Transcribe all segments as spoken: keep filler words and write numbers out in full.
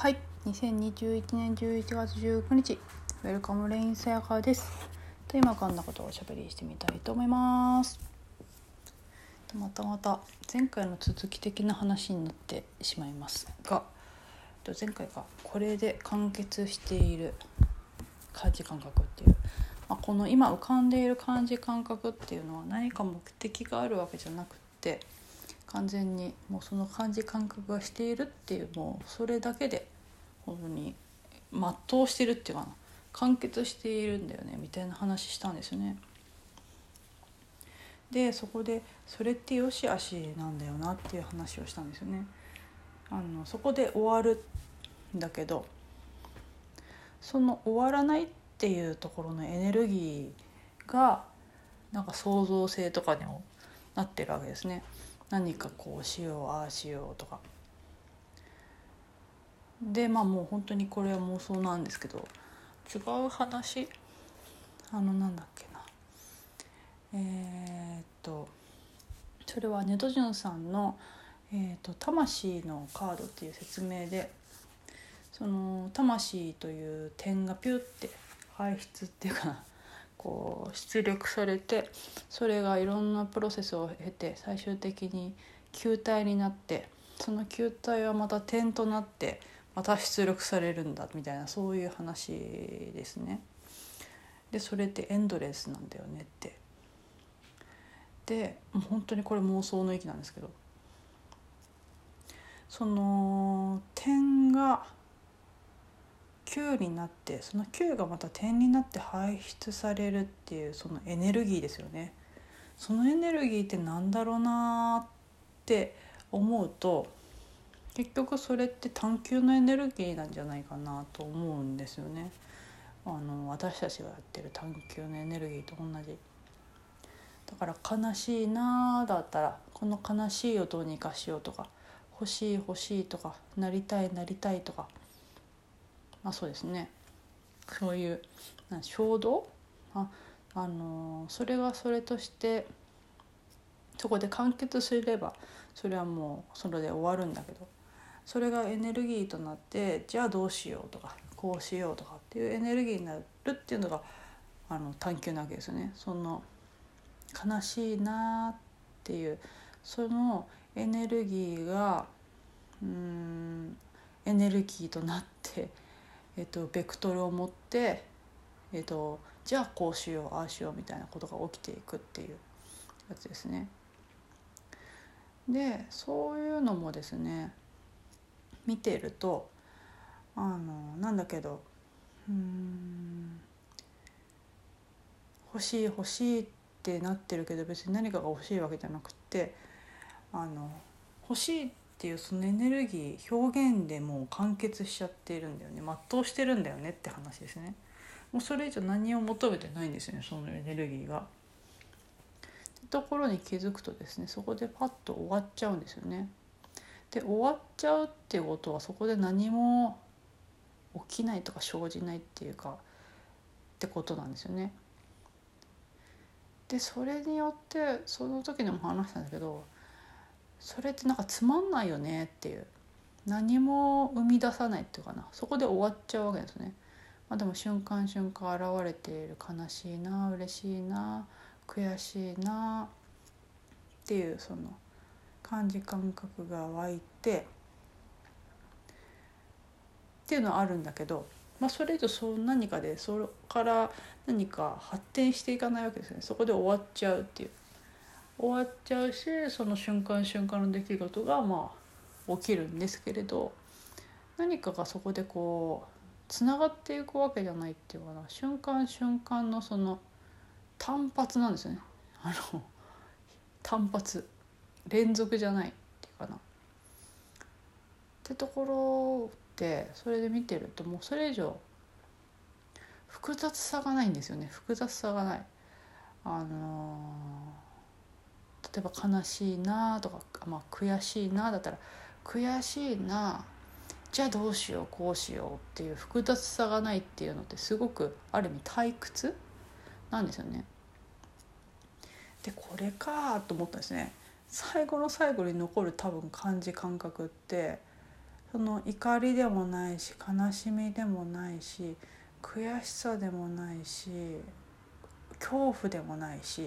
はい、にせんにじゅういちねんじゅういちがつじゅうくにち、ウェルカムレインさやかです。と今こんなことをおしゃべりしてみたいと思います。またまた前回の続き的な話になってしまいますが、前回がこれで完結している感じ感覚っていう、まあ、この今浮かんでいる感じ感覚っていうのは何か目的があるわけじゃなくて、完全にもうその感じ感覚がしているっていう、もうそれだけで本当に全うしてるっていうかな、完結しているんだよねみたいな話したんですよね。でそこでそれってよしあしなんだよなっていう話をしたんですよね。あのそこで終わるんだけど、その終わらないっていうところのエネルギーがなんか創造性とかにもなってるわけですね。何かこうしようああしようとかで、まあもう本当にこれは妄想なんですけど、違う話、あのなんだっけなえー、っとそれはネトジュンさんの、えー、と魂のカードっていう説明で、その魂という点がピュって排出っていうかな、こう出力されて、それがいろんなプロセスを経て最終的に球体になって、その球体はまた点となってまた出力されるんだみたいな、そういう話ですね。でそれってエンドレスなんだよねって。でもう本当にこれ妄想の域なんですけど、その点が球になって、その球がまた点になって排出されるっていう、そのエネルギーですよね。そのエネルギーってなんだろうなって思うと、結局それって探求のエネルギーなんじゃないかなと思うんですよね。あの私たちがやってる探求のエネルギーと同じだから、悲しいなだったらこの悲しいをどうにかしようとか、欲しい欲しいとか、なりたいなりたいとか、まあそうですね、そういう衝動、あ、あのそれはそれとしてそこで完結すればそれはもうそれで終わるんだけど、それがエネルギーとなって、じゃあどうしようとかこうしようとかっていうエネルギーになるっていうのがあの探求なわけですよね。その悲しいなっていうそのエネルギーがうーんエネルギーとなって、えっと、ベクトルを持って、えっと、じゃあこうしようああしようみたいなことが起きていくっていうやつですね。でそういうのもですね見ていると、あのなんだけどうーん欲しい欲しいってなってるけど、別に何かが欲しいわけじゃなくて、あの欲しいっていうそのエネルギー表現でもう完結しちゃっているんだよね、全うしてるんだよねって話ですね。もうそれ以上何を求めてないんですよね、そのエネルギーが。ってところに気づくとですね、そこでパッと終わっちゃうんですよね。で終わっちゃうっていうことは、そこで何も起きないとか生じないっていうかってことなんですよね。でそれによってその時にも話したんだけど、それってなんかつまんないよねっていう、何も生み出さないっていうかな、そこで終わっちゃうわけですね。まあ、でも瞬間瞬間現れている悲しいな嬉しいな悔しいなっていうその感じ感覚が湧いてっていうのはあるんだけど、まあ、それ以上そう何かでそれから何か発展していかないわけですね。そこで終わっちゃうっていう、終わっちゃうし、その瞬間瞬間の出来事がまあ起きるんですけれど、何かがそこでこうつながっていくわけじゃないっていうかな、瞬間瞬間のその単発なんですよね。あの単発連続じゃないっていうかなってところで、それで見てるともうそれ以上複雑さがないんですよね。複雑さがない。あのー、例えば悲しいなとか、まあ、悔しいなだったら悔しいなじゃあどうしようこうしようっていう複雑さがないっていうのってすごくある意味退屈なんですよね。でこれかと思ったんですね。最後の最後に残る多分感じ感覚って、 その怒りでもないし悲しみでもないし悔しさでもないし恐怖でもないし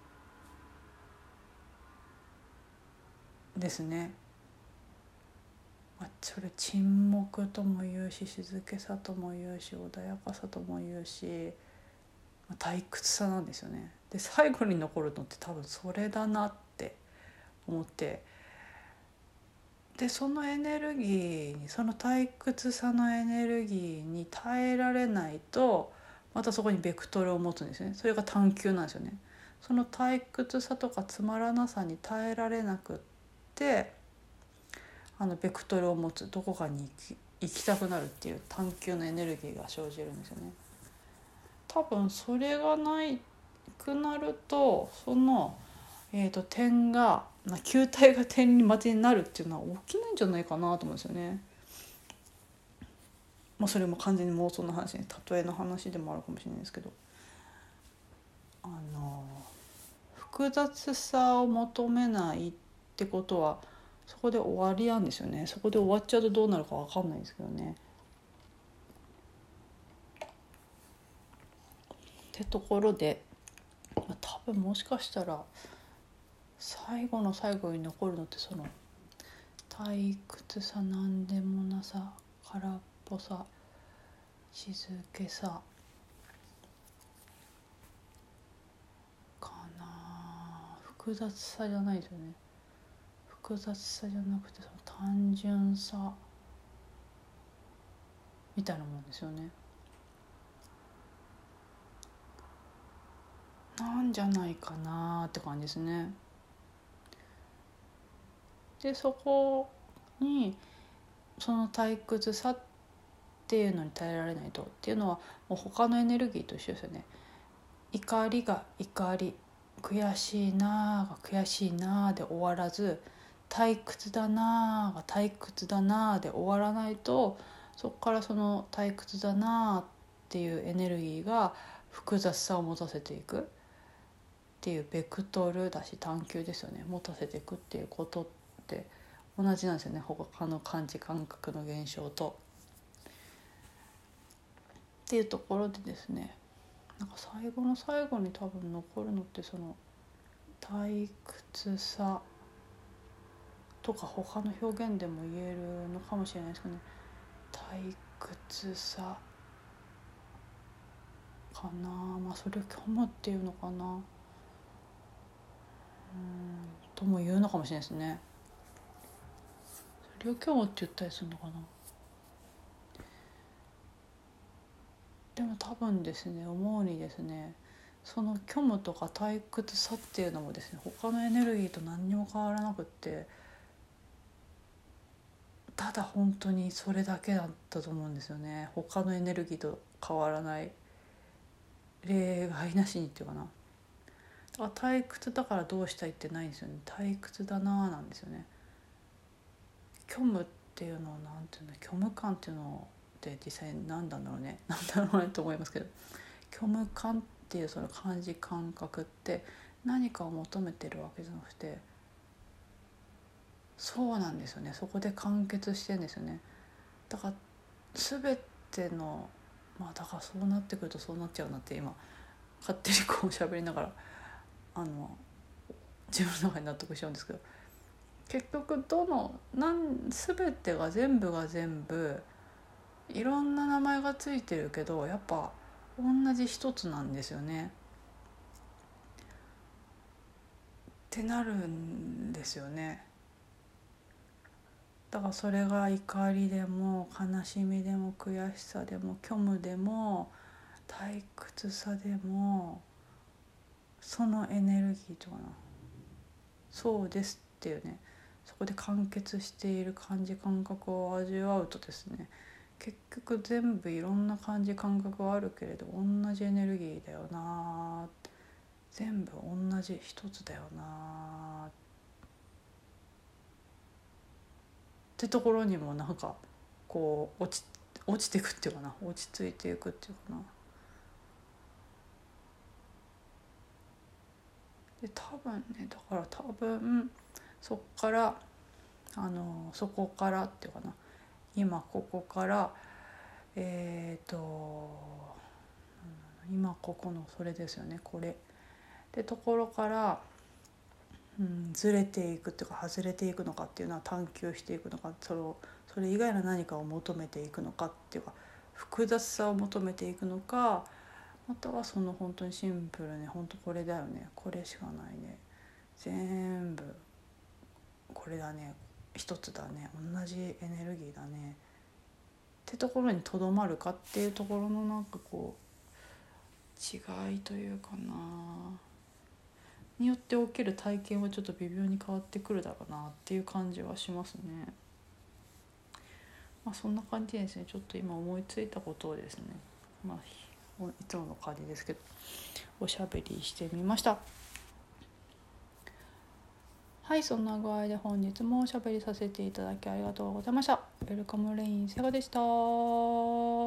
ですね。まあ、それ沈黙とも言うし静けさとも言うし穏やかさとも言うし、まあ、退屈さなんですよね。で最後に残るのって多分それだなって思って、でそのエネルギーにその退屈さのエネルギーに耐えられないとまたそこにベクトルを持つんですね。それが探求なんですよね。その退屈さとかつまらなさに耐えられなくってあのベクトルを持つどこかに行き、行きたくなるっていう探求のエネルギーが生じるんですよね。多分それがないくなるとその、えーと、点が球体が点にまでになるっていうのは起きないんじゃないかなと思うんですよね。まあ、それも完全に妄想の話ね、例えの話でもあるかもしれないですけど、あの複雑さを求めないってことはそこで終わりなんですよね。そこで終わっちゃうとどうなるか分かんないですけどね。ってところで、まあ、多分もしかしたら最後の最後に残るのってその退屈さなんでもなさ空っぽさ静けさかな。複雑さじゃないですよね。複雑さじゃなくてその単純さみたいなもんですよね。なんじゃないかなって感じですね。でそこにその退屈さっていうのに耐えられないとっていうのはもう他のエネルギーと一緒ですよね。怒りが怒り悔しいなが悔しいなで終わらず退屈だなが退屈だなで終わらないとそこからその退屈だなっていうエネルギーが複雑さを持たせていくっていうベクトルだし探求ですよね。持たせていくっていうことって同じなんですよね。他の感知感覚の現象とっていうところでですね、なんか最後の最後に多分残るのってその退屈さとか他の表現でも言えるのかもしれないですけどね。退屈さかな。まあそれを虚無っていうのかな、うんとも言うのかもしれないですね。それを虚無って言ったりするのかな。でも多分ですね思うにですねその虚無とか退屈さっていうのもですね他のエネルギーと何にも変わらなくってただ本当にそれだけだったと思うんですよね。他のエネルギーと変わらない例外なしにっていうかな。だから退屈だからどうしたいってないんですよね。退屈だなーなんですよね。虚無っていうのをなんていうの虚無感っていうのって実際何なんだろうねなんだろうねと思いますけど、虚無感っていうその感じ感覚って何かを求めてるわけじゃなくてそうなんですよね。そこで完結してるんですよね。だから全てのまあだからそうなってくるとそうなっちゃうなって今勝手にこう喋りながらあの自分の中に納得しちゃうんですけど、結局どのなん全てが全部が全部いろんな名前がついてるけどやっぱ同じ一つなんですよねってなるんですよね。だからそれが怒りでも悲しみでも悔しさでも虚無でも退屈さでもそのエネルギーとかなそうですっていうね、そこで完結している感じ感覚を味わうとですね結局全部いろんな感じ感覚はあるけれど同じエネルギーだよな、全部同じ一つだよなってところにもなんかこう落ち落ちていくっていうかな落ち着いていくっていうかな。で多分ねだから多分そっからあのそこからっていうかな今ここからえっ、ー、と今ここのそれですよね、これでところから、うん、ずれていくっていうか外れていくのかっていうのは探求していくのか、それをそれ以外の何かを求めていくのかっていうか、複雑さを求めていくのか、またはその本当にシンプルに本当これだよね、これしかないね、全部これだね、一つだね、同じエネルギーだねってところにとどまるかっていうところのなんかこう違いというかなによって起きる体験はちょっと微妙に変わってくるだろうなっていう感じはしますね。まあそんな感じですね。ちょっと今思いついたことをですね、まあいつもの感じですけどおしゃべりしてみました。はい、そんな具合で本日もおしゃべりさせていただきありがとうございました。ウェルカムレインセガでした。